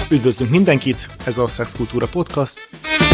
Üdvözlünk mindenkit, ez a Szexkultúra Podcast,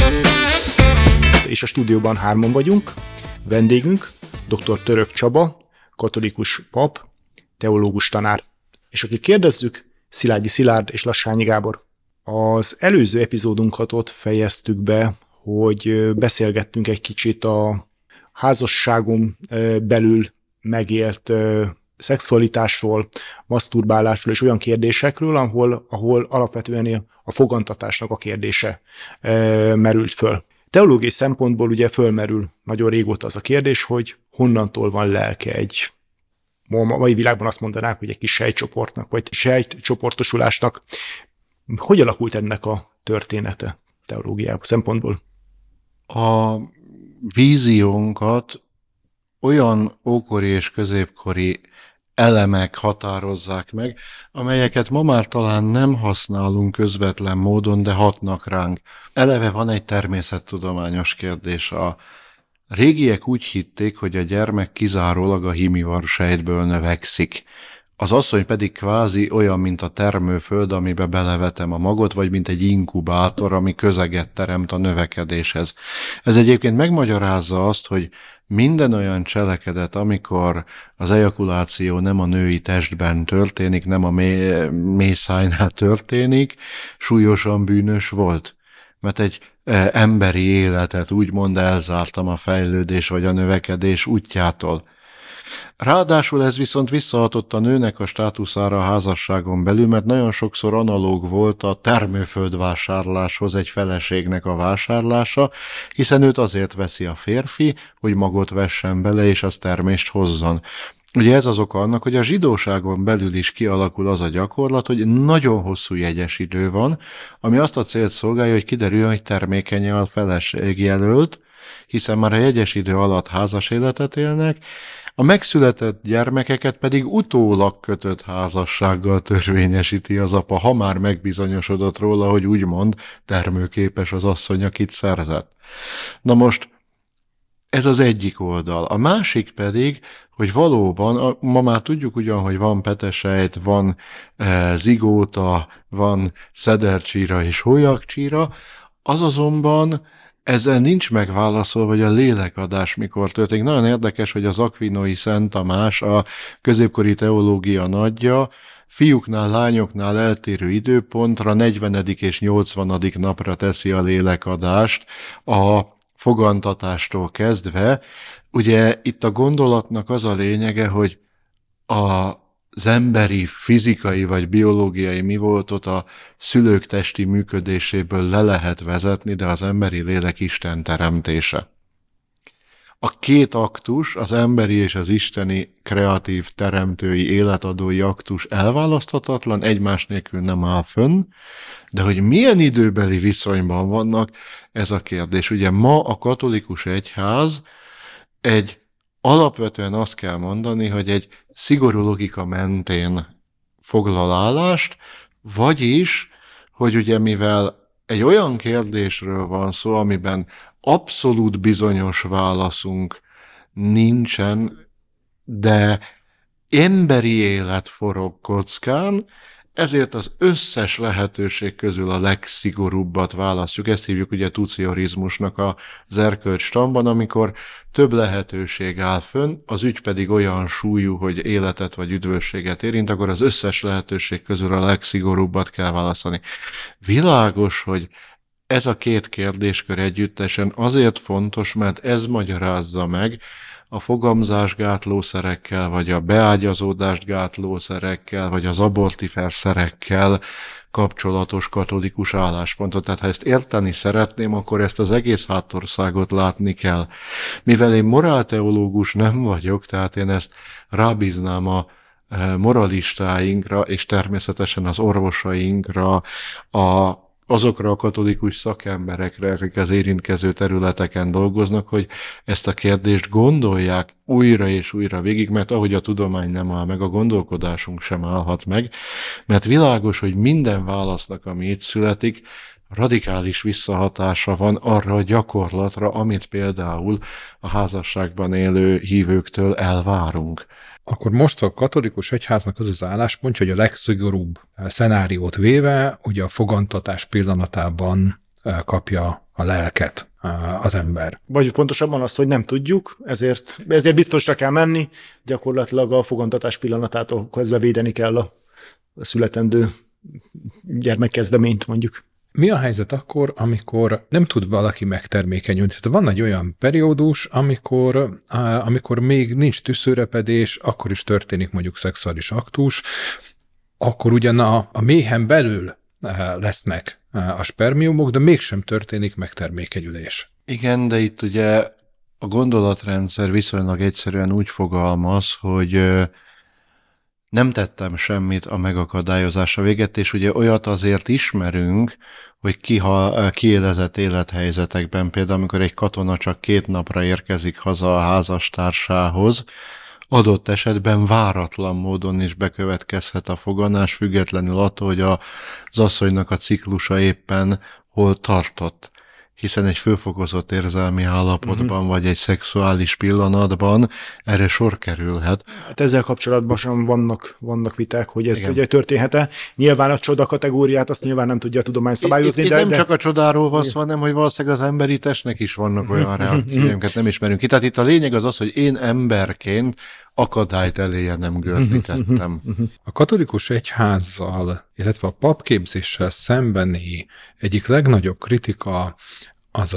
és a stúdióban 3-an vagyunk. Vendégünk dr. Török Csaba, katolikus pap, teológus tanár. És akik kérdezzük, Szilágyi Szilárd és Lassányi Gábor. Az előző epizódunkat ott fejeztük be, hogy beszélgettünk egy kicsit a házasságon belül megélt szexualitásról, maszturbálásról és olyan kérdésekről, ahol alapvetően a fogantatásnak a kérdése merült föl. Teológiai szempontból ugye fölmerül nagyon régóta az a kérdés, hogy honnantól van lelke egy, ma mai világban azt mondanák, hogy egy kis sejtcsoportnak, vagy sejtcsoportosulásnak. Hogy alakult ennek a története teológiában szempontból? A víziónkat olyan ókori és középkori elemek határozzák meg, amelyeket ma már talán nem használunk közvetlen módon, de hatnak ránk. Eleve van egy természettudományos kérdés. A régiek úgy hitték, hogy a gyermek kizárólag a hímivar sejtből növekszik. Az asszony pedig kvázi olyan, mint a termőföld, amibe belevetem a magot, vagy mint egy inkubátor, ami közeget teremt a növekedéshez. Ez egyébként megmagyarázza azt, hogy minden olyan cselekedet, amikor az ejakuláció nem a női testben történik, nem a mészájnál történik, súlyosan bűnös volt. Mert egy emberi életet úgymond elzártam a fejlődés vagy a növekedés útjától. Ráadásul ez viszont visszahatott a nőnek a státuszára a házasságon belül, mert nagyon sokszor analóg volt a termőföldvásárláshoz egy feleségnek a vásárlása, hiszen őt azért veszi a férfi, hogy magot vessen bele és az termést hozzon. Ugye ez az oka annak, hogy a zsidóságon belül is kialakul az a gyakorlat, hogy nagyon hosszú jegyes idő van, ami azt a célt szolgálja, hogy kiderüljön, hogy termékeny a feleségjelölt, hiszen már a jegyes idő alatt házas életet élnek, a megszületett gyermekeket pedig utólag kötött házassággal törvényesíti az apa, ha már megbizonyosodott róla, hogy úgymond termőképes az asszony, akit szerzett. Na most ez az egyik oldal. A másik pedig, hogy valóban, ma már tudjuk ugyan, hogy van petesejt, van zigóta, van szedercsíra és hólyagcsíra, az azonban ezzel nincs megválaszolva, hogy a lélekadás mikor történik. Nagyon érdekes, hogy az akvinói Szent Tamás, a középkori teológia nagyja, fiúknál, lányoknál eltérő időpontra, 40. és 80. napra teszi a lélekadást a fogantatástól kezdve. Ugye itt a gondolatnak az a lényege, hogy az emberi, fizikai vagy biológiai mi voltot a szülők testi működéséből le lehet vezetni, de az emberi lélek Isten teremtése. A két aktus, az emberi és az isteni kreatív teremtői életadói aktus elválaszthatatlan, egymás nélkül nem áll fönn, de hogy milyen időbeli viszonyban vannak, ez a kérdés. Ugye ma a katolikus egyház alapvetően azt kell mondani, hogy egy szigorú logika mentén foglal állást, vagyis, hogy ugye mivel egy olyan kérdésről van szó, amiben abszolút bizonyos válaszunk nincsen, de emberi élet forog kockán, ezért az összes lehetőség közül a legszigorúbbat választjuk. Ezt hívjuk ugye tuciorizmusnak az erkölcstamban, amikor több lehetőség áll fönn, az ügy pedig olyan súlyú, hogy életet vagy üdvösséget érint, akkor az összes lehetőség közül a legszigorúbbat kell választani. Világos, hogy ez a két kérdéskör együttesen azért fontos, mert ez magyarázza meg a fogamzásgátlószerekkel, vagy a beágyazódást gátlószerekkel, vagy az abortiferszerekkel kapcsolatos katolikus álláspontot. Tehát ha ezt érteni szeretném, akkor ezt az egész hátországot látni kell. Mivel én morálteológus nem vagyok, tehát én ezt rábíznám a moralistáinkra, és természetesen az orvosainkra, azokra a katolikus szakemberekre, akik az érintkező területeken dolgoznak, hogy ezt a kérdést gondolják újra és újra végig, mert ahogy a tudomány nem áll meg, a gondolkodásunk sem állhat meg, mert világos, hogy minden válasznak, ami itt születik, radikális visszahatása van arra a gyakorlatra, amit például a házasságban élő hívőktől elvárunk. Akkor most a katolikus egyháznak az álláspontja, hogy a legszigorúbb szenáriót véve, ugye a fogantatás pillanatában kapja a lelket az ember. Vagy pontosabban azt, hogy nem tudjuk, ezért biztosra kell menni, gyakorlatilag a fogantatás pillanatától kezdve védeni kell a születendő gyermekkezdeményt mondjuk. Mi a helyzet akkor, amikor nem tud valaki megtermékenyülni? Tehát van egy olyan periódus, amikor még nincs tüszőrepedés, akkor is történik mondjuk szexuális aktus, akkor ugyan a méhen belül lesznek a spermiumok, de mégsem történik megtermékenyülés. Igen, de itt ugye a gondolatrendszer viszonylag egyszerűen úgy fogalmaz, hogy nem tettem semmit a megakadályozása véget, és ugye olyat azért ismerünk, hogy kiélezett élethelyzetekben, például amikor egy katona csak 2 napra érkezik haza a házastársához, adott esetben váratlan módon is bekövetkezhet a foganás, függetlenül attól, hogy az asszonynak a ciklusa éppen hol tartott. Hiszen egy fölfokozott érzelmi állapotban, vagy egy szexuális pillanatban erre sor kerülhet. Hát ezzel kapcsolatban sem vannak viták, hogy ez ugye történhet-e. Nyilván a csoda kategóriát azt nyilván nem tudja a tudomány szabályozni. Itt nem csak a csodáról van szó, hanem hogy valószínűleg az emberi testnek is vannak olyan reakcióinkat, nem ismerünk ki. Tehát itt a lényeg az, hogy én emberként akadályt eléje nem gördítettem. A katolikus egyházzal, illetve a papképzéssel szembeni egyik legnagyobb kritika az a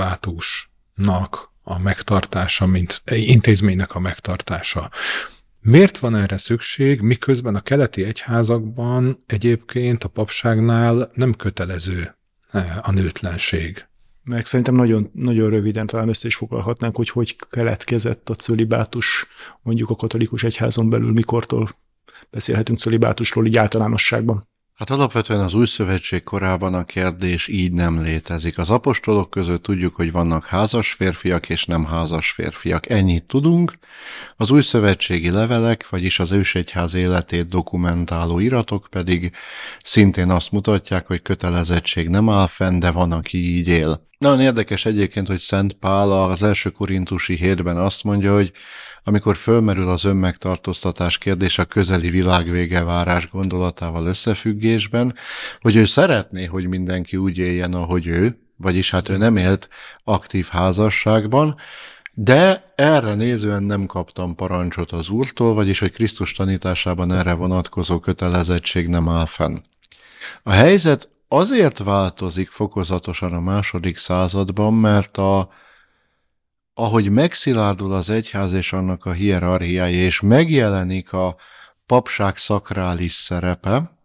cölibátusnak a megtartása, mint intézménynek a megtartása. Miért van erre szükség, miközben a keleti egyházakban egyébként a papságnál nem kötelező a nőtlenség? Meg szerintem nagyon, nagyon röviden talán össze is foglalhatnánk, hogy keletkezett a cölibátus mondjuk a katolikus egyházon belül, mikortól beszélhetünk cölibátusról így általánosságban. Hát alapvetően az új szövetség korában a kérdés így nem létezik. Az apostolok között tudjuk, hogy vannak házas férfiak és nem házas férfiak. Ennyit tudunk. Az új szövetségi levelek, vagyis az ősegyház életét dokumentáló iratok pedig szintén azt mutatják, hogy kötelezettség nem áll fenn, de van, aki így él. Nagyon érdekes egyébként, hogy Szent Pál az 1. Korintusi 7-ben azt mondja, hogy amikor fölmerül az önmegtartóztatás kérdés a közeli világvége-várás gondolatával összefüggésben, hogy ő szeretné, hogy mindenki úgy éljen, ahogy ő, vagyis hát ő nem élt aktív házasságban, de erre nézően nem kaptam parancsot az Úrtól, vagyis hogy Krisztus tanításában erre vonatkozó kötelezettség nem áll fenn. A helyzet azért változik fokozatosan a II. Században, mert ahogy megszilárdul az egyház és annak a hierarchiája, és megjelenik a papság szakrális szerepe,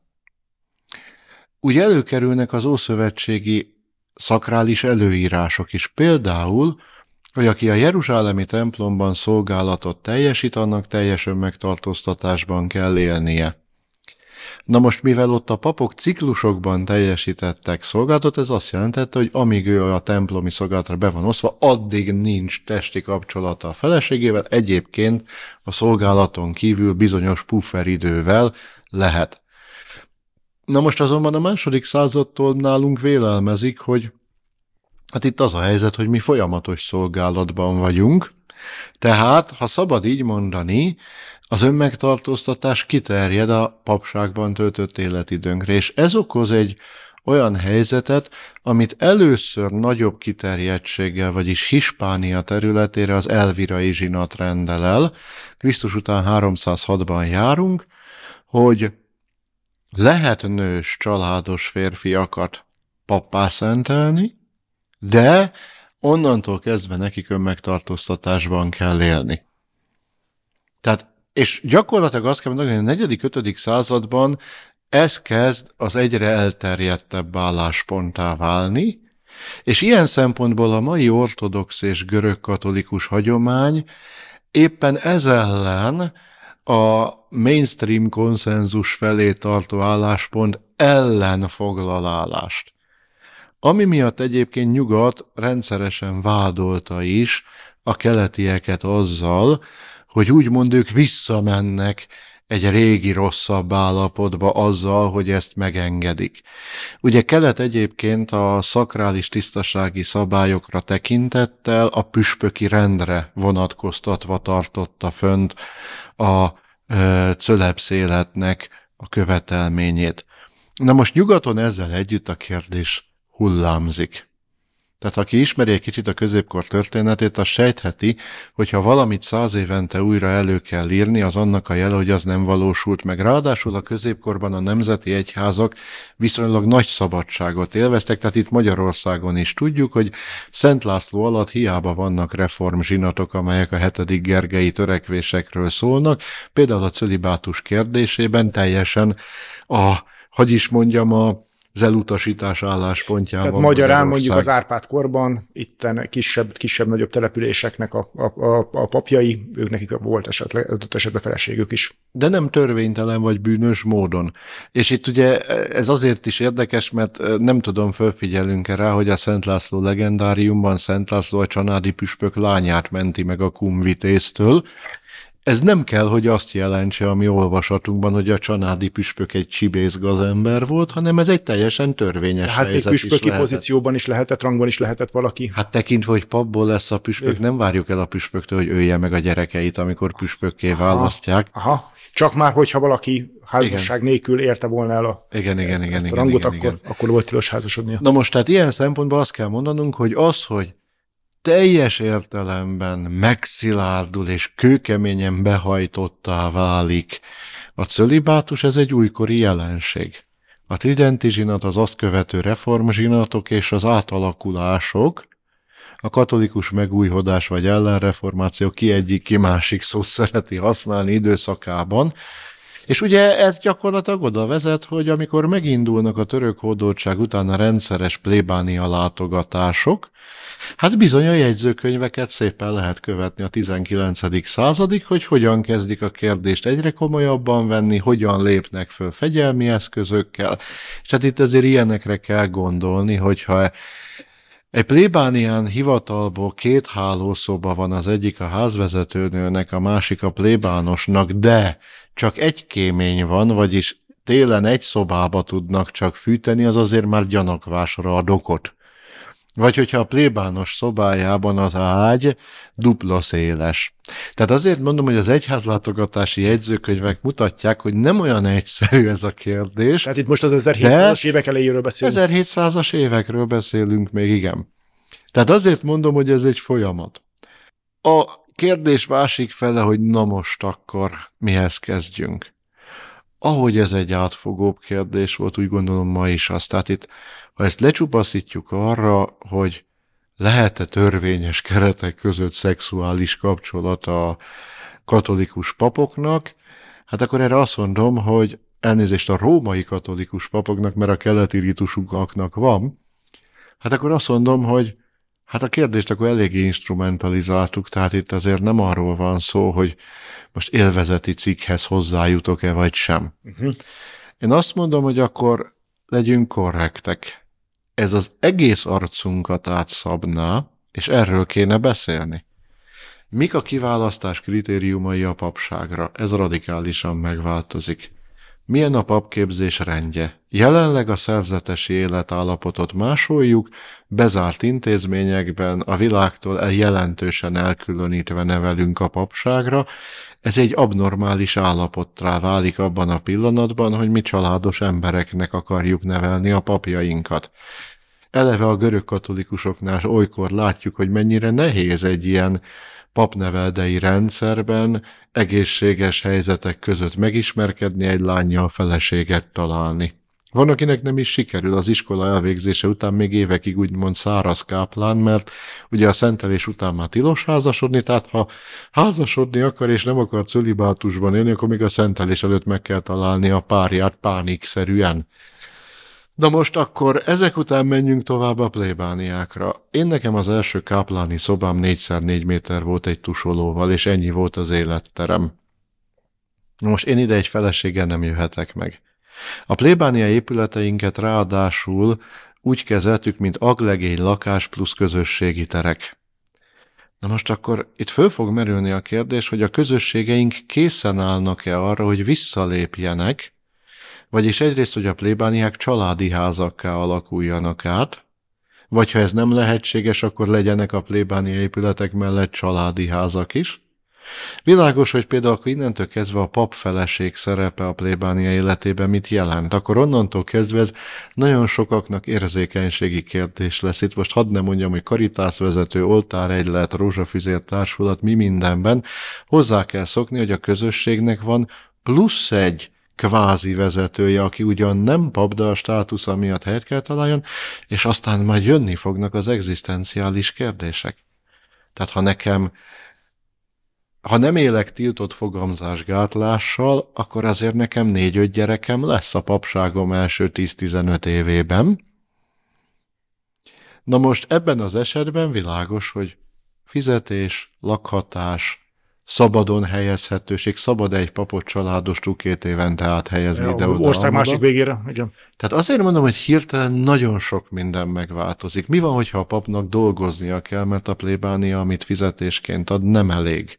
úgy előkerülnek az ószövetségi szakrális előírások is. Például, hogy aki a jeruzsálemi templomban szolgálatot teljesít, annak teljes önmegtartóztatásban kell élnie. Na most, mivel ott a papok ciklusokban teljesítettek szolgálatot, ez azt jelentette, hogy amíg ő a templomi szolgálatra be van osztva, addig nincs testi kapcsolata a feleségével, egyébként a szolgálaton kívül bizonyos pufferidővel lehet. Na most azonban a II. Századtól nálunk vélelmezik, hogy hát itt az a helyzet, hogy mi folyamatos szolgálatban vagyunk, tehát, ha szabad így mondani, az önmegtartóztatás kiterjed a papságban töltött életidőnkre, és ez okoz egy olyan helyzetet, amit először nagyobb kiterjedtséggel, vagyis Hispánia területére az elvirai zsinat rendel el. Krisztus után 306-ban járunk, hogy lehet nős, családos férfiakat pappá szentelni, de onnantól kezdve nekik önmegtartóztatásban kell élni. Tehát, és gyakorlatilag azt kell mondani, hogy a 4.-5. században ez kezd az egyre elterjedtebb állásponttá válni, és ilyen szempontból a mai ortodox és görögkatolikus hagyomány éppen ez ellen a mainstream konszenzus felé tartó álláspont ellen foglal állást. Ami miatt egyébként nyugat rendszeresen vádolta is a keletieket azzal, hogy úgymond ők visszamennek egy régi rosszabb állapotba azzal, hogy ezt megengedik. Ugye Kelet egyébként a szakrális tisztasági szabályokra tekintettel a püspöki rendre vonatkoztatva tartotta fönt a cölepszéletnek a követelményét. Na most nyugaton ezzel együtt a kérdés hullámzik. Tehát aki ismeri egy kicsit a középkor történetét, az sejtheti, hogyha valamit 100 évente újra elő kell írni, az annak a jele, hogy az nem valósult meg. Ráadásul a középkorban a nemzeti egyházak viszonylag nagy szabadságot élveztek, tehát itt Magyarországon is tudjuk, hogy Szent László alatt hiába vannak reformzsinatok, amelyek a 7. Gergelyi törekvésekről szólnak, például a cölibátus kérdésében teljesen az elutasítás álláspontjában. Tehát magyarán mondjuk az Árpád-korban itten kisebb-nagyobb településeknek a papjai, ők nekik volt esetben feleségük is. De nem törvénytelen vagy bűnös módon. És itt ugye ez azért is érdekes, mert nem tudom, fölfigyelünk-e rá, hogy a Szent László legendáriumban Szent László a csanádi püspök lányát menti meg a kumvitéztől. Ez nem kell, hogy azt jelentse a mi olvasatunkban, hogy a csanádi püspök egy csibész gazember volt, hanem ez egy teljesen törvényes helyzet is. Hát egy püspöki lehetett. Pozícióban is lehetett, rangban is lehetett valaki. Hát tekintve, hogy papból lesz a püspök, nem várjuk el a püspöktől, hogy ölje meg a gyerekeit, amikor püspökké választják. Aha. Csak már, hogyha valaki házasság nélkül érte volna el ezt a rangot, akkor volt tilos házasodnia. Na most, tehát ilyen szempontból azt kell mondanunk, hogy hogy teljes értelemben megszilárdul és kőkeményen behajtottá válik a cölibátus, ez egy újkori jelenség. A tridenti zsinat, az azt követő reformzsinatok és az átalakulások, a katolikus megújhodás vagy ellenreformáció ki egyik, ki másik szó szereti használni időszakában, és ugye ez gyakorlatilag oda vezet, hogy amikor megindulnak a török hódoltság után a rendszeres plébánia látogatások, hát bizony a jegyzőkönyveket szépen lehet követni a 19. századig, hogy hogyan kezdik a kérdést egyre komolyabban venni, hogyan lépnek föl fegyelmi eszközökkel, és hát itt azért ilyenekre kell gondolni, hogyha egy plébánián hivatalból 2 hálószoba van, az egyik a házvezetőnőnek, a másik a plébánosnak, de csak egy kémény van, vagyis télen egy szobába tudnak csak fűteni, az azért már gyanakvásra ad okot. Vagy hogyha a plébános szobájában az ágy dupla széles. Tehát azért mondom, hogy az egyházlátogatási jegyzőkönyvek mutatják, hogy nem olyan egyszerű ez a kérdés. Tehát itt most az 1700-as évek elejéről beszélünk. 1700-as évekről beszélünk még, igen. Tehát azért mondom, hogy ez egy folyamat. A kérdés másik fele, hogy na most akkor mihez kezdjünk. Ahogy ez egy átfogóbb kérdés volt, úgy gondolom ma is az. Tehát itt, ha ezt lecsupaszítjuk arra, hogy lehet-e törvényes keretek között szexuális kapcsolat a katolikus papoknak, hát akkor erre azt mondom, hogy elnézést a római katolikus papoknak, mert a keleti ritusuknak van, hát akkor azt mondom, hogy hát a kérdést akkor eléggé instrumentalizáltuk, tehát itt azért nem arról van szó, hogy most élvezeti cikkhez hozzájutok-e vagy sem. Én azt mondom, hogy akkor legyünk korrektek. Ez az egész arcunkat átszabná, és erről kéne beszélni. Mik a kiválasztás kritériumai a papságra? Ez radikálisan megváltozik. Milyen a papképzés rendje? Jelenleg a szerzetesi életállapotot másoljuk, bezárt intézményekben, a világtól jelentősen elkülönítve nevelünk a papságra. Ez egy abnormális állapottrá válik abban a pillanatban, hogy mi családos embereknek akarjuk nevelni a papjainkat. Eleve a görög katolikusoknál olykor látjuk, hogy mennyire nehéz egy ilyen papneveldei rendszerben egészséges helyzetek között megismerkedni, egy lánnyal feleséget találni. Van, akinek nem is sikerül az iskola elvégzése után még évekig úgymond száraz káplán, mert ugye a szentelés után már tilos házasodni, tehát ha házasodni akar és nem akar cölibátusban élni, akkor még a szentelés előtt meg kell találni a párját pánikszerűen. Na most akkor ezek után menjünk tovább a plébániákra. Én nekem az első kápláni szobám 4x4 méter volt egy tusolóval, és ennyi volt az életterem. Most én ide egy feleséggel nem jöhetek meg. A plébánia épületeinket ráadásul úgy kezeltük, mint aglegény lakás plusz közösségi terek. Na most akkor itt föl fog merülni a kérdés, hogy a közösségeink készen állnak-e arra, hogy visszalépjenek, vagyis egyrészt, hogy a plébániák családi házakká alakuljanak át, vagy ha ez nem lehetséges, akkor legyenek a plébánia épületek mellett családi házak is. Világos, hogy például akkor innentől kezdve a papfeleség szerepe a plébánia életében mit jelent. Akkor onnantól kezdve ez nagyon sokaknak érzékenységi kérdés lesz. Itt most hadd ne mondjam, hogy karitászvezető, oltáregylet, rózsafüzér társulat, mi mindenben. Hozzá kell szokni, hogy a közösségnek van plusz egy kvázi vezetője, aki ugyan nem pap, de a státusza miatt helyet kell találjon, és aztán majd jönni fognak az egzisztenciális kérdések. Tehát ha nem élek tiltott fogamzásgátlással, akkor azért nekem 4-5 gyerekem lesz a papságom első 10-15 évében. Na most ebben az esetben világos, hogy fizetés, lakhatás, szabadon helyezhetőség, szabad egy papot családostól 2 évente áthelyezni ide-oda. Ország másik végére, igen. Tehát azért mondom, hogy hirtelen nagyon sok minden megváltozik. Mi van, hogyha a papnak dolgoznia kell, mert a plébánia, amit fizetésként ad, nem elég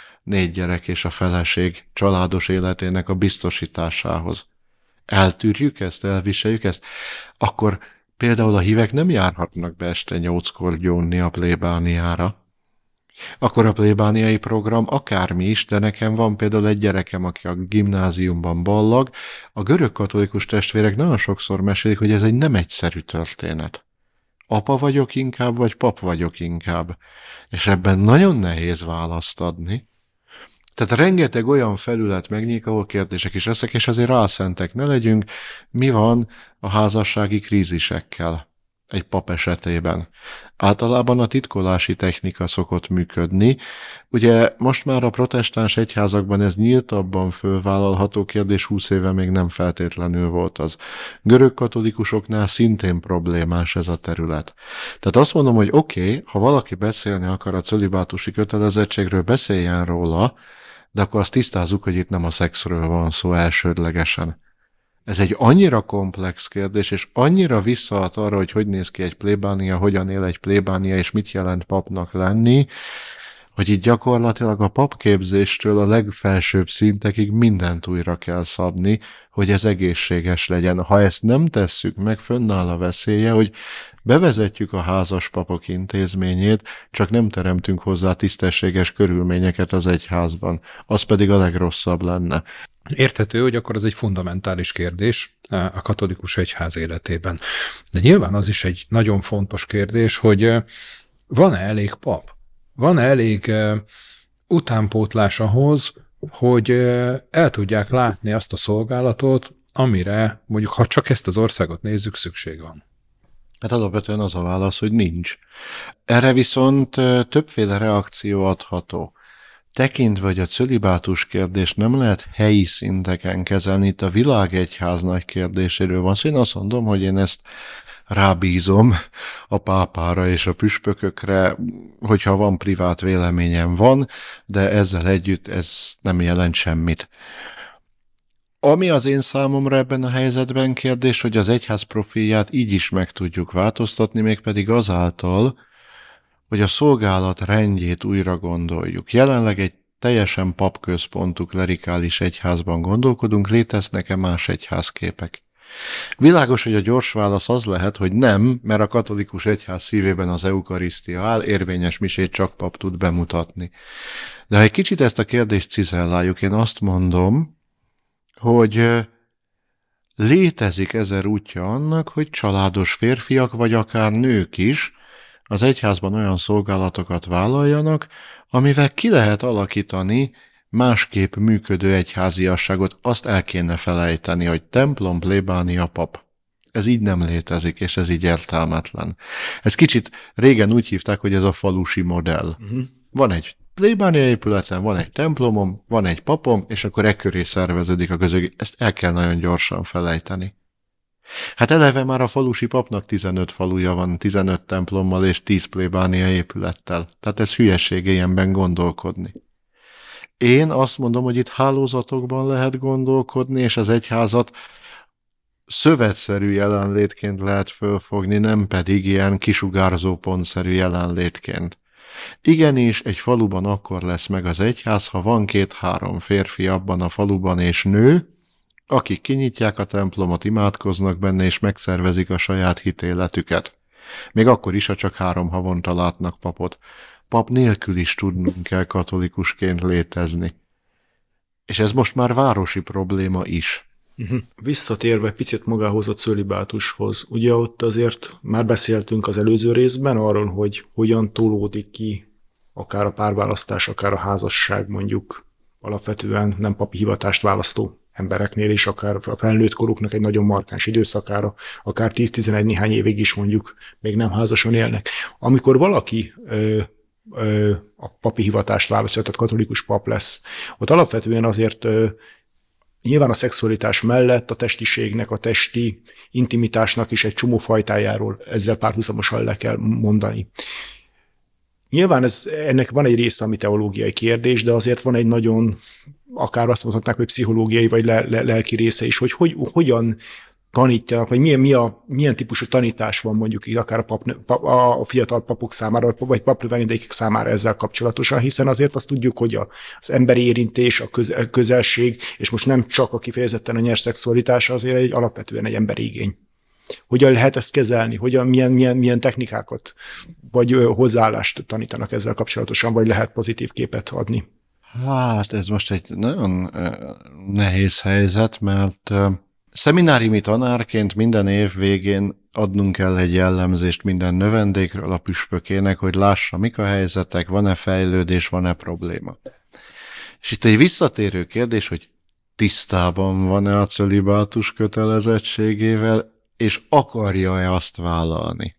4 gyerek és a feleség családos életének a biztosításához. Eltűrjük ezt, elviseljük ezt? Akkor például a hívek nem járhatnak be este 8-kor gyónni a plébániára. Akkor a plébániai program akármi is, de nekem van például egy gyerekem, aki a gimnáziumban ballag. A görög katolikus testvérek nagyon sokszor mesélik, hogy ez egy nem egyszerű történet. Apa vagyok inkább, vagy pap vagyok inkább. És ebben nagyon nehéz választ adni. Tehát rengeteg olyan felület megnyílik, ahol kérdések is leszek, és azért álszentek ne legyünk. Mi van a házassági krízisekkel egy pap esetében? Általában a titkolási technika szokott működni. Ugye most már a protestáns egyházakban ez nyíltabban fölvállalható kérdés, 20 éve még nem feltétlenül volt az. Görög katolikusoknál szintén problémás ez a terület. Tehát azt mondom, hogy oké, ha valaki beszélni akar a cölibátusi kötelezettségről, beszéljen róla, de akkor azt tisztázzuk, hogy itt nem a szexről van szó elsődlegesen. Ez egy annyira komplex kérdés, és annyira visszahat arra, hogy néz ki egy plébánia, hogyan él egy plébánia, és mit jelent papnak lenni, hogy itt gyakorlatilag a papképzéstől a legfelsőbb szintekig mindent újra kell szabni, hogy ez egészséges legyen. Ha ezt nem tesszük meg, fönnáll a veszélye, hogy bevezetjük a házas papok intézményét, csak nem teremtünk hozzá tisztességes körülményeket az egyházban. Az pedig a legrosszabb lenne. Érthető, hogy akkor ez egy fundamentális kérdés a katolikus egyház életében. De nyilván az is egy nagyon fontos kérdés, hogy van-e elég pap? Van-e elég utánpótlás ahhoz, hogy el tudják látni azt a szolgálatot, amire mondjuk, ha csak ezt az országot nézzük, szükség van? Hát alapvetően az a válasz, hogy nincs. Erre viszont többféle reakció adható. Tekintve, hogy a cölibátus kérdés nem lehet helyi szinteken kezelni, itt a világegyház nagy kérdéséről van szó. Én azt mondom, hogy én ezt rábízom a pápára és a püspökökre, hogyha van privát véleményem van, de ezzel együtt ez nem jelent semmit. Ami az én számomra ebben a helyzetben kérdés, hogy az egyház profilját így is meg tudjuk változtatni, mégpedig azáltal, hogy a szolgálat rendjét újra gondoljuk. Jelenleg egy teljesen papközpontú klerikális egyházban gondolkodunk, léteznek-e más egyházképek? Világos, hogy a gyors válasz az lehet, hogy nem, mert a katolikus egyház szívében az eukarisztia áll, érvényes misét csak pap tud bemutatni. De ha egy kicsit ezt a kérdést cizelláljuk, én azt mondom, hogy létezik 1000 útja annak, hogy családos férfiak, vagy akár nők is az egyházban olyan szolgálatokat vállaljanak, amivel ki lehet alakítani másképp működő egyháziasságot. Azt el kéne felejteni, hogy templom, plébánia, pap. Ez így nem létezik, és ez így értelmetlen. Ez kicsit régen úgy hívták, hogy ez a falusi modell. Van egy plébánia épületem, van egy templomom, van egy papom, és akkor ekköré szerveződik a közösség. Ezt el kell nagyon gyorsan felejteni. Hát eleve már a falusi papnak 15 faluja van, 15 templommal és 10 plébánia épülettel. Tehát ez hülyeség ilyenben gondolkodni. Én azt mondom, hogy itt hálózatokban lehet gondolkodni, és az egyházat szövetszerű jelenlétként lehet fölfogni, nem pedig ilyen kisugárzó pontszerű jelenlétként. Igenis, egy faluban akkor lesz meg az egyház, ha van 2-3 férfi abban a faluban és nő, akik kinyitják a templomot, imádkoznak benne, és megszervezik a saját hitéletüket. Még akkor is, ha csak 3 havonta látnak papot. Pap nélkül is tudnunk kell katolikusként létezni. És ez most már városi probléma is. Visszatérve picit magához a cölibátushoz, ugye ott azért már beszéltünk az előző részben arról, hogy hogyan tolódik ki akár a párválasztás, akár a házasság mondjuk alapvetően nem papi hivatást választó embereknél, és akár a felnőtt koruknak egy nagyon markáns időszakára, akár 10-11 néhány évig is mondjuk még nem házason élnek. Amikor valaki a papi hivatást választja, tehát katolikus pap lesz, ott alapvetően azért nyilván a szexualitás mellett a testiségnek, a testi intimitásnak is egy csomó fajtájáról ezzel párhuzamosan le kell mondani. Nyilván ennek van egy része, ami teológiai kérdés, de azért van egy nagyon, akár azt mondhatnák, hogy pszichológiai vagy lelki része is, hogy hogyan tanítjanak, vagy milyen típusú tanítás van mondjuk így akár a fiatal papok számára, vagy papnövendékek számára ezzel kapcsolatosan, hiszen azért azt tudjuk, hogy az emberi érintés, a közelség, és most nem csak a kifejezetten a nyers szexualitás, azért alapvetően egy emberi igény. Hogyan lehet ezt kezelni? Milyen technikákat vagy hozzáállást tanítanak ezzel kapcsolatosan, vagy lehet pozitív képet adni? Hát ez most egy nagyon nehéz helyzet, mert szemináriumi tanárként minden év végén adnunk kell egy jellemzést minden növendékről a püspökének, hogy lássa, mik a helyzetek, van-e fejlődés, van-e probléma. És itt egy visszatérő kérdés, hogy tisztában van-e a cölibátus kötelezettségével, és akarja-e azt vállalni.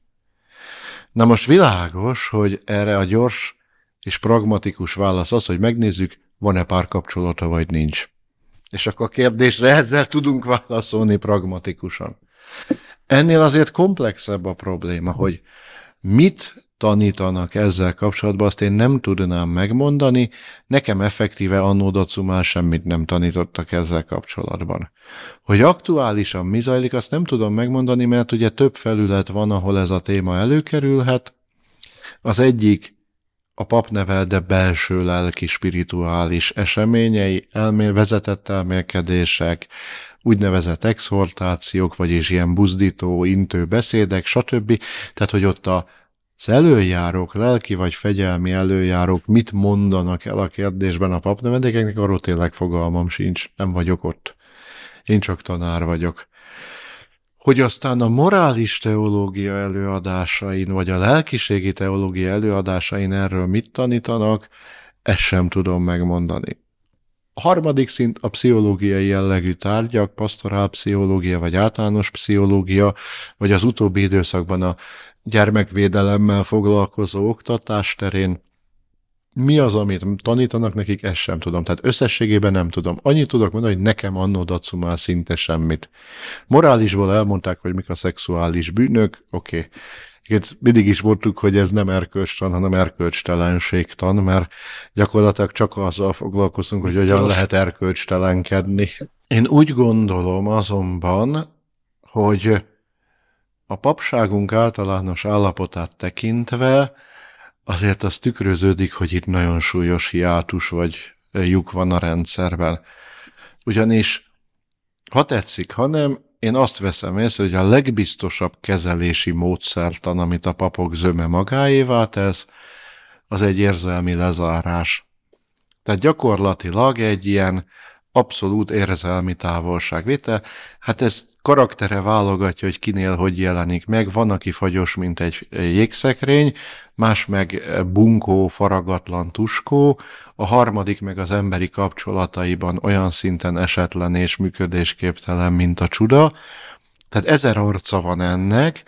Na most világos, hogy erre a gyors és pragmatikus válasz az, hogy megnézzük, van-e párkapcsolata, vagy nincs. És akkor a kérdésre ezzel tudunk válaszolni pragmatikusan. Ennél azért komplexebb a probléma, hogy mit tanítanak ezzel kapcsolatban, azt én nem tudnám megmondani, nekem effektíve annó dacumál semmit nem tanítottak ezzel kapcsolatban. Hogy aktuálisan mi zajlik, azt nem tudom megmondani, mert ugye több felület van, ahol ez a téma előkerülhet. Az egyik a papnevel, de belső lelki spirituális eseményei, vezetett elmélkedések, úgynevezett exhortációk, vagyis ilyen buzdító, intő beszédek, stb. Tehát, hogy ott az előjárók, lelki vagy fegyelmi előjárók mit mondanak el a kérdésben a papnövendékeknek, arról tényleg fogalmam sincs, nem vagyok ott. Én csak tanár vagyok. Hogy aztán a morális teológia előadásain, vagy a lelkiségi teológia előadásain erről mit tanítanak, ezt sem tudom megmondani. A harmadik szint a pszichológiai jellegű tárgyak, pastorálpszichológia, vagy általános pszichológia, vagy az utóbbi időszakban a gyermekvédelemmel foglalkozó oktatás terén. Mi az, amit tanítanak nekik, ezt sem tudom. Tehát összességében nem tudom. Annyit tudok mondani, hogy nekem annó dacumál szinte semmit. Morálisból elmondták, hogy mik a szexuális bűnök, oké. Mindig is mondtuk, hogy ez nem erkölcstan, hanem erkölcstelenségtan, mert gyakorlatilag csak azzal foglalkozunk, hogy hogyan lehet erkölcstelenkedni. Én úgy gondolom azonban, hogy a papságunk általános állapotát tekintve azért az tükröződik, hogy itt nagyon súlyos hiátus vagy lyuk van a rendszerben. Ugyanis, ha tetszik, hanem én azt veszem észre, hogy a legbiztosabb kezelési módszertan, amit a papok zöme magáévá tesz, az egy érzelmi lezárás. Tehát gyakorlatilag egy ilyen abszolút érzelmi távolságvétel. Hát ez karaktere válogatja, hogy kinél hogy jelenik meg. Van, aki fagyos, mint egy jégszekrény, más meg bunkó, faragatlan tuskó, a harmadik meg az emberi kapcsolataiban olyan szinten esetlen és működésképtelen, mint a csuda. Tehát 1000 arca van ennek.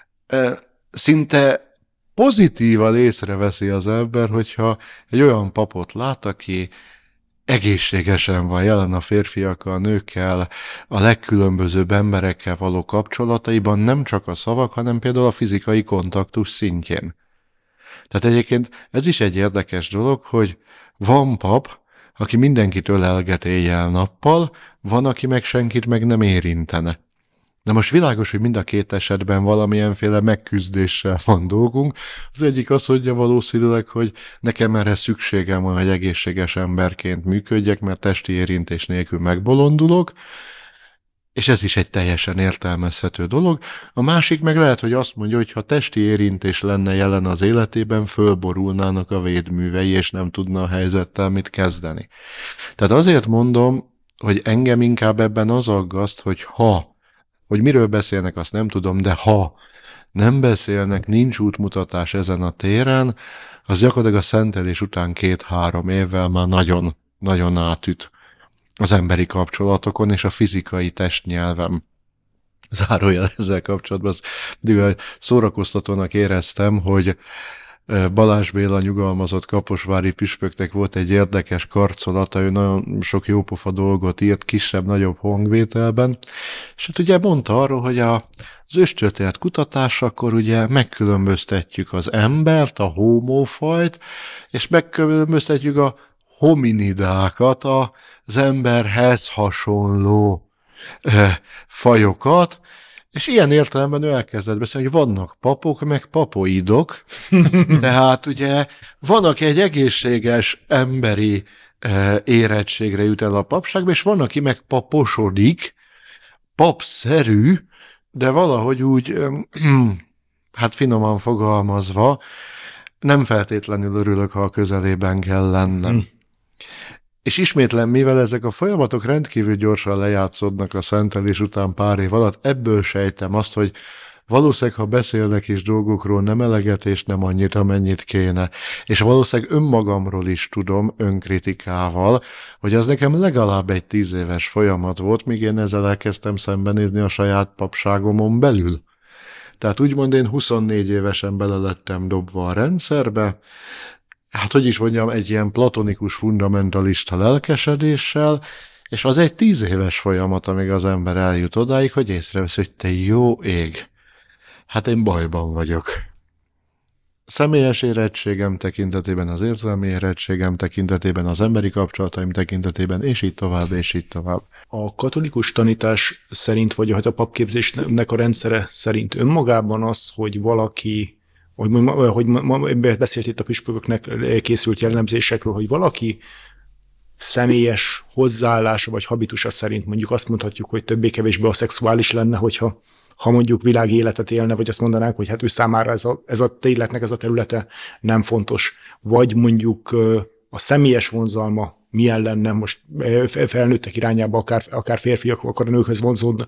Szinte pozitívan észreveszi az ember, hogyha egy olyan papot lát, aki egészségesen van jelen a férfiakkal, a nőkkel, a legkülönbözőbb emberekkel való kapcsolataiban, nem csak a szavak, hanem például a fizikai kontaktus szintjén. Tehát egyébként ez is egy érdekes dolog, hogy van pap, aki mindenkit ölelget éjjel-nappal, van, aki meg senkit meg nem érintene. Na most világos, hogy mind a két esetben valamilyenféle megküzdéssel van dolgunk. Az egyik azt mondja valószínűleg, hogy nekem erre szükségem van, hogy egészséges emberként működjek, mert testi érintés nélkül megbolondulok, és ez is egy teljesen értelmezhető dolog. A másik meg lehet, hogy azt mondja, hogy ha testi érintés lenne jelen az életében, fölborulnának a védművei, és nem tudna a helyzettel mit kezdeni. Tehát azért mondom, hogy engem inkább ebben az aggaszt, hogy miről beszélnek, azt nem tudom, de ha nem beszélnek, nincs útmutatás ezen a téren, az gyakorlatilag a szentelés után 2-3 évvel már nagyon, nagyon átüt az emberi kapcsolatokon és a fizikai testnyelvem. Zárójel ezzel kapcsolatban, azt szórakoztatónak éreztem, hogy Balázs Béla nyugalmazott kaposvári püspöknek volt egy érdekes karcolata, ő nagyon sok jópofa dolgot írt, kisebb-nagyobb hangvételben, és hát ugye mondta arról, hogy az őstörténet kutatásakor ugye megkülönböztetjük az embert, a homófajt, és megkülönböztetjük a hominidákat, az emberhez hasonló fajokat, és ilyen értelemben ő elkezdett beszélni, hogy vannak papok, meg papoidok, tehát ugye vannak egy egészséges emberi érettségre jut el a papságba, és van, aki meg paposodik, papszerű, de valahogy úgy, hát finoman fogalmazva, nem feltétlenül örülök, ha a közelében kell lennem. És ismétlen, mivel ezek a folyamatok rendkívül gyorsan lejátszódnak a szentelés után pár év alatt, ebből sejtem azt, hogy valószínűleg, ha beszélnek is dolgokról, nem eleget és nem annyit, amennyit kéne. És valószínűleg önmagamról is tudom, önkritikával, hogy az nekem legalább egy 10 éves folyamat volt, míg én ezzel elkezdtem szembenézni a saját papságomon belül. Tehát úgymond én 24 évesen bele lettem dobva a rendszerbe, hát hogy is mondjam, egy ilyen platonikus fundamentalista lelkesedéssel, és az egy 10 éves folyamat, amíg az ember eljut odáig, hogy észrevesz, hogy te jó ég, hát én bajban vagyok. Személyes érettségem tekintetében, az érzelmi érettségem tekintetében, az emberi kapcsolataim tekintetében, és így tovább, és így tovább. A katolikus tanítás szerint, vagy a papképzésnek a rendszere szerint önmagában az, hogy valaki, hogy beszélt itt a püspököknek készült jellemzésekről, hogy valaki személyes hozzáállása vagy habitusa szerint mondjuk azt mondhatjuk, hogy többé-kevésbé aszexuális lenne, hogyha mondjuk világi életet élne, vagy azt mondanánk, hogy hát ő számára ez a életnek ez a területe nem fontos. Vagy mondjuk a személyes vonzalma milyen lenne, most felnőttek irányába, akár férfiak, akár a nőkhöz vonzódna.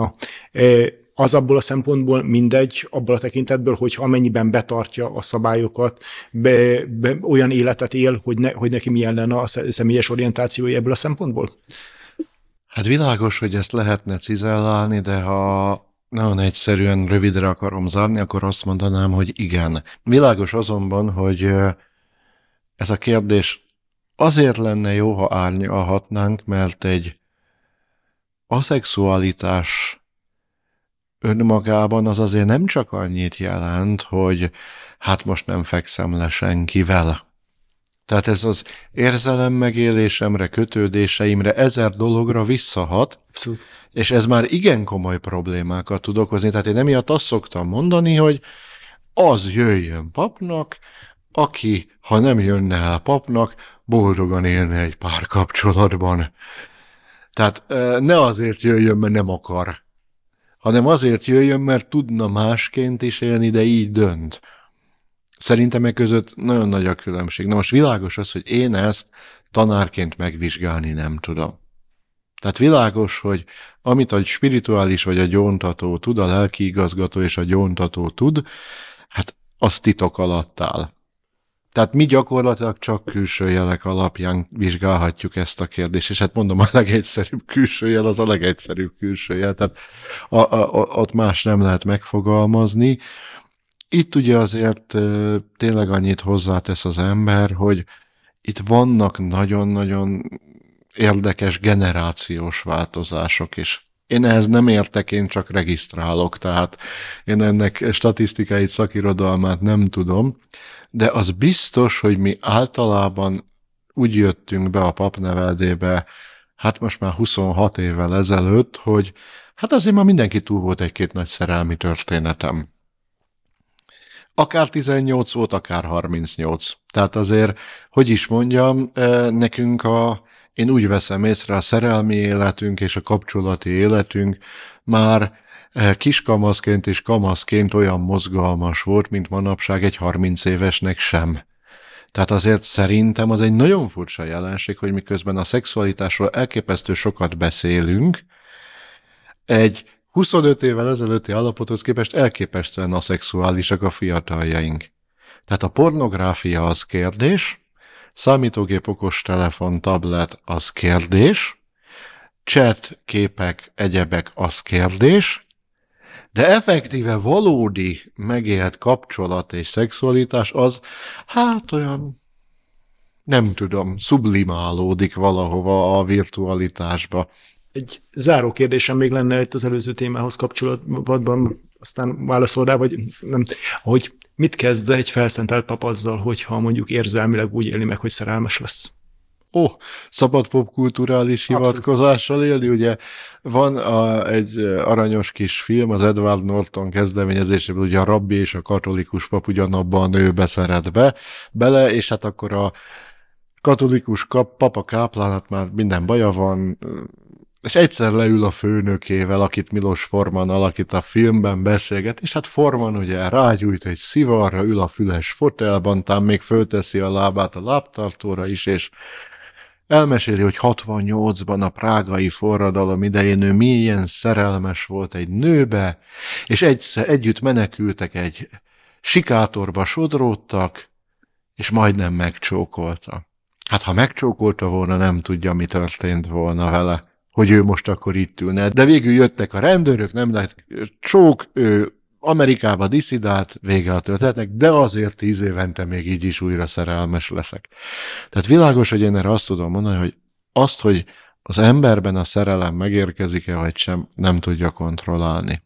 Az abból a szempontból mindegy, abból a tekintetből, hogy amennyiben betartja a szabályokat, olyan életet él, hogy neki milyen lenne a személyes orientációja ebből a szempontból? Hát világos, hogy ezt lehetne cizellálni, de ha nagyon egyszerűen rövidre akarom zárni, akkor azt mondanám, hogy igen. Világos azonban, hogy ez a kérdés azért lenne jó, ha árnyalhatnánk, mert egy aszexualitás önmagában az azért nem csak annyit jelent, hogy hát most nem fekszem le senkivel. Tehát ez az érzelem megélésemre, kötődéseimre, 1000 dologra visszahat, Abszolút. És ez már igen komoly problémákat tud okozni. Tehát én emiatt azt szoktam mondani, hogy az jöjjön papnak, aki, ha nem jönne el papnak, boldogan élne egy párkapcsolatban. Tehát ne azért jöjjön, mert nem akar, hanem azért jöjjön, mert tudna másként is élni, de így dönt. Szerintem e között nagyon nagy a különbség. Na most világos az, hogy én ezt tanárként megvizsgálni nem tudom. Tehát világos, hogy amit a spirituális vagy a gyóntató tud, a lelki igazgató és a gyóntató tud, hát az titok alatt áll. Tehát mi gyakorlatilag csak külső jelek alapján vizsgálhatjuk ezt a kérdést, és hát mondom, a legegyszerűbb külső jel az a legegyszerűbb külső jel, tehát ott más nem lehet megfogalmazni. Itt ugye azért tényleg annyit hozzátesz az ember, hogy itt vannak nagyon-nagyon érdekes generációs változások is. Én ehhez nem értek, én csak regisztrálok, tehát én ennek statisztikai szakirodalmát nem tudom, de az biztos, hogy mi általában úgy jöttünk be a papneveldébe, hát most már 26 évvel ezelőtt, hogy Hát azért már mindenki túl volt egy-két nagy szerelmi történetem. Akár 18 volt, akár 38. Tehát azért, hogy is mondjam, nekünk én úgy veszem észre, a szerelmi életünk és a kapcsolati életünk már kiskamaszként és kamaszként olyan mozgalmas volt, mint manapság egy 30 évesnek sem. Tehát azért szerintem az egy nagyon furcsa jelenség, hogy miközben a szexualitásról elképesztő sokat beszélünk, egy 25 évvel ezelőtti állapothoz képest elképesztően aszexuálisak a fiataljaink. Tehát a pornográfia az kérdés, számítógép, okostelefon, tablet az kérdés, chat, képek, egyebek az kérdés, de effektíve valódi megélt kapcsolat és szexualitás az, hát olyan, nem tudom, sublimálódik valahova a virtualitásba. Egy záró kérdésem még lenne itt az előző témához kapcsolatban, aztán válaszol rá, vagy nem, hogy mit kezd egy felszentelt pap azzal, hogyha mondjuk érzelmileg úgy éli meg, hogy szerelmes lesz? Szabad popkulturális hivatkozással élni, ugye van egy aranyos kis film, az Edward Norton kezdeményezéséből, ugye a rabbi és a katolikus pap ugyanabban a nőbe szeret bele, és hát akkor a katolikus papa káplán, hát már minden baja van, és egyszer leül a főnökével, akit Milos Forman alakít a filmben, beszélget, és hát Forman ugye rágyújt egy szivarra, ül a füles fotelban, tám még fölteszi a lábát a lábtartóra is, és elmeséli, hogy 68-ban a prágai forradalom idején ő milyen szerelmes volt egy nőbe, és együtt menekültek egy sikátorba, sodródtak, és majdnem megcsókolta. Hát ha megcsókolta volna, nem tudja, mi történt volna vele, hogy ő most akkor itt ülne. De végül jöttek a rendőrök, nem lett csók, ő Amerikába diszidált, vége a történetnek, de azért 10 évente még így is újra szerelmes leszek. Tehát világos, hogy én erre azt tudom mondani, hogy azt, hogy az emberben a szerelem megérkezik-e vagy sem, nem tudja kontrollálni.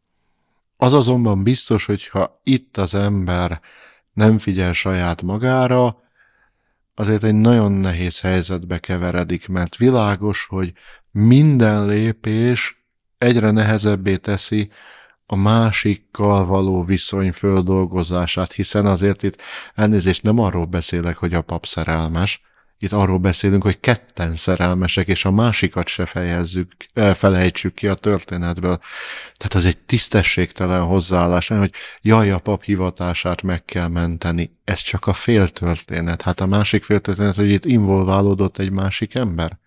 Az azonban biztos, hogy ha itt az ember nem figyel saját magára, azért egy nagyon nehéz helyzetbe keveredik, mert világos, hogy minden lépés egyre nehezebbé teszi a másikkal való viszony földolgozását, hiszen azért itt elnézést nem arról beszélek, hogy a pap szerelmes, itt arról beszélünk, hogy ketten szerelmesek, és a másikat se felejtsük ki a történetből. Tehát az egy tisztességtelen hozzáállás, hogy jaj, a pap hivatását meg kell menteni. Ez csak a fél történet. Hát a másik fél történet, hogy itt involválódott egy másik ember.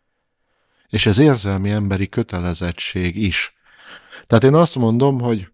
És ez érzelmi emberi kötelezettség is. Tehát én azt mondom, hogy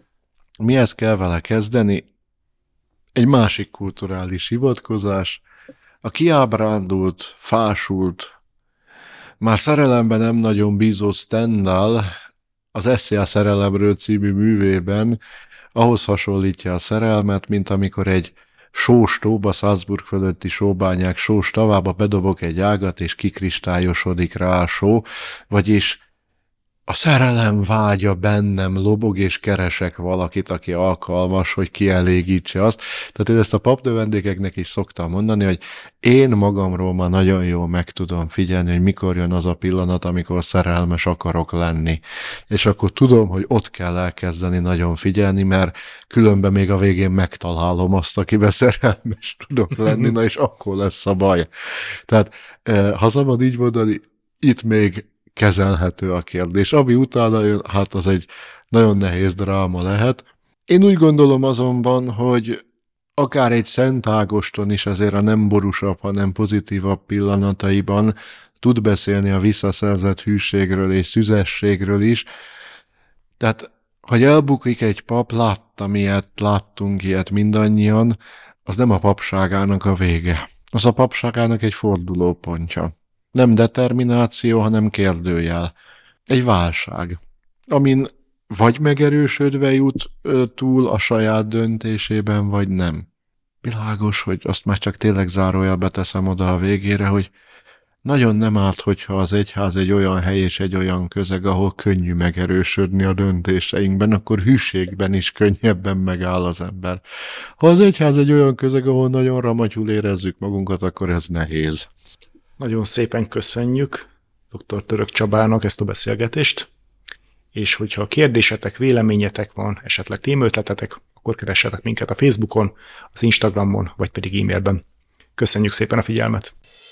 mihez kell vele kezdeni? Egy másik kulturális hivatkozás, a kiábrándult, fásult, már szerelemben nem nagyon bízó Stendhal az Eszé a szerelemről című művében ahhoz hasonlítja a szerelmet, mint amikor egy sós tóba, Salzburg fölötti sóbányák sós tavába bedobok egy ágat, és kikristályosodik rá a só, vagyis a szerelem vágya bennem lobog, és keresek valakit, aki alkalmas, hogy kielégítse azt. Tehát én ezt a papnövendékeknek is szoktam mondani, hogy én magamról már nagyon jól meg tudom figyelni, hogy mikor jön az a pillanat, amikor szerelmes akarok lenni. És akkor tudom, hogy ott kell elkezdeni nagyon figyelni, mert különben még a végén megtalálom azt, akiben szerelmes tudok lenni, na és akkor lesz a baj. Tehát, ha szabad így mondani, itt még kezelhető a kérdés. Ami utána jön, hát az egy nagyon nehéz dráma lehet. Én úgy gondolom azonban, hogy akár egy Szent Ágoston is azért a nem borúsabb, hanem pozitívabb pillanataiban tud beszélni a visszaszerzett hűségről és szüzességről is. Tehát, hogy elbukik egy pap, láttunk ilyet mindannyian, az nem a papságának a vége. Az a papságának egy fordulópontja. Nem determináció, hanem kérdőjel. Egy válság, amin vagy megerősödve jut túl a saját döntésében, vagy nem. Világos, hogy azt már csak tényleg zárójelbe teszem oda a végére, hogy nagyon nem árt, hogyha az egyház egy olyan hely és egy olyan közeg, ahol könnyű megerősödni a döntéseinkben, akkor hűségben is könnyebben megáll az ember. Ha az egyház egy olyan közeg, ahol nagyon ramatyul érezzük magunkat, akkor ez nehéz. Nagyon szépen köszönjük dr. Török Csabának ezt a beszélgetést, és hogyha kérdésetek, véleményetek van, esetleg témaötletetek, akkor keressetek minket a Facebookon, az Instagramon, vagy pedig e-mailben. Köszönjük szépen a figyelmet!